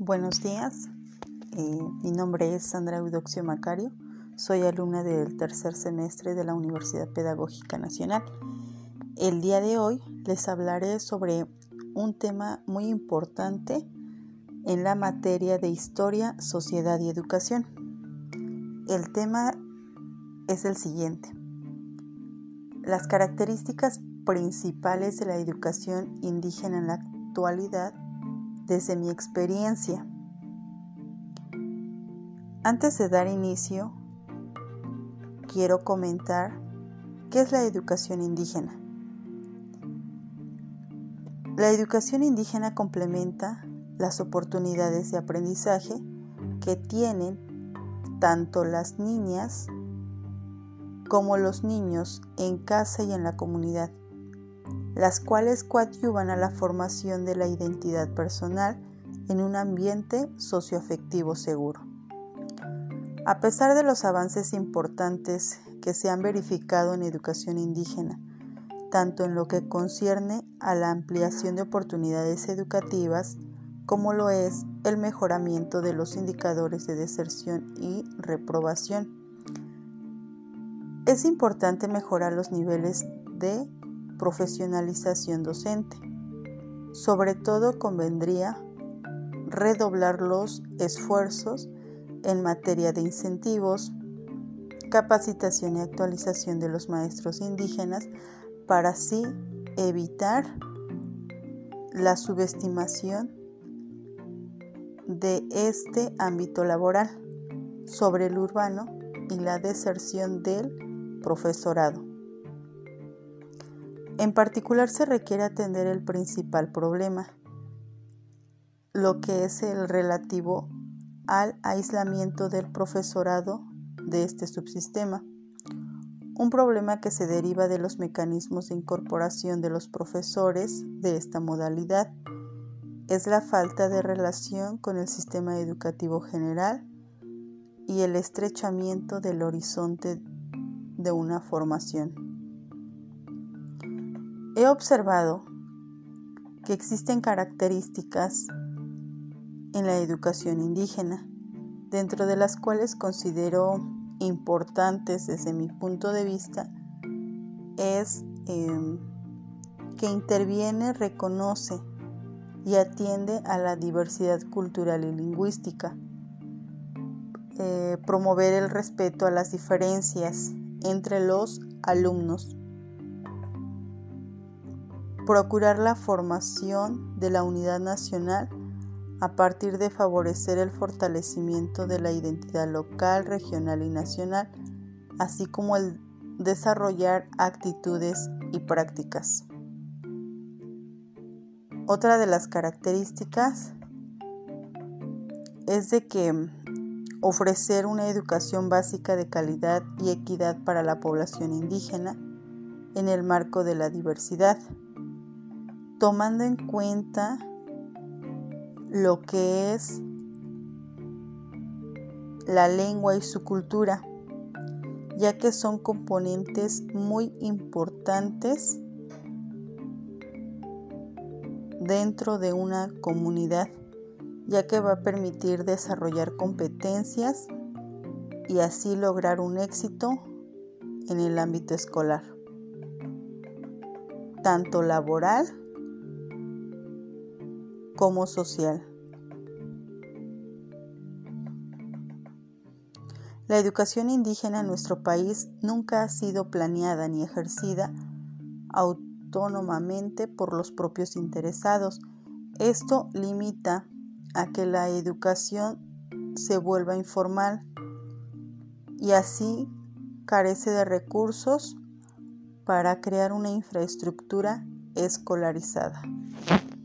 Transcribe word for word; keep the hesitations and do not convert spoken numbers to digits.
Buenos días, eh, mi nombre es Sandra Eudoxio Macario, soy alumna del tercer semestre de la Universidad Pedagógica Nacional. El día de hoy les hablaré sobre un tema muy importante en la materia de Historia, Sociedad y Educación. El tema es el siguiente: las características principales de la educación indígena en la actualidad desde mi experiencia. Antes de dar inicio, quiero comentar qué es la educación indígena. La educación indígena complementa las oportunidades de aprendizaje que tienen tanto las niñas como los niños en casa y en la comunidad, las cuales coadyuvan a la formación de la identidad personal en un ambiente socioafectivo seguro. A pesar de los avances importantes que se han verificado en educación indígena, tanto en lo que concierne a la ampliación de oportunidades educativas, como lo es el mejoramiento de los indicadores de deserción y reprobación, es importante mejorar los niveles de profesionalización docente. Sobre todo convendría redoblar los esfuerzos en materia de incentivos, capacitación y actualización de los maestros indígenas para así evitar la subestimación de este ámbito laboral sobre el urbano y la deserción del profesorado. En particular, se requiere atender el principal problema, lo que es el relativo al aislamiento del profesorado de este subsistema, un problema que se deriva de los mecanismos de incorporación de los profesores de esta modalidad. Es la falta de relación con el sistema educativo general y el estrechamiento del horizonte de una formación. He observado que existen características en la educación indígena, dentro de las cuales considero importantes desde mi punto de vista, es eh, que interviene, reconoce y atiende a la diversidad cultural y lingüística, eh, promover el respeto a las diferencias entre los alumnos, procurar la formación de la unidad nacional a partir de favorecer el fortalecimiento de la identidad local, regional y nacional, así como el desarrollar actitudes y prácticas. Otra de las características es de que ofrecer una educación básica de calidad y equidad para la población indígena en el marco de la diversidad, tomando en cuenta lo que es la lengua y su cultura, ya que son componentes muy importantes dentro de una comunidad, ya que va a permitir desarrollar competencias y así lograr un éxito en el ámbito escolar, tanto laboral como social. La educación indígena en nuestro país nunca ha sido planeada ni ejercida autónomamente por los propios interesados. Esto limita a que la educación se vuelva informal y así carece de recursos para crear una infraestructura escolarizada.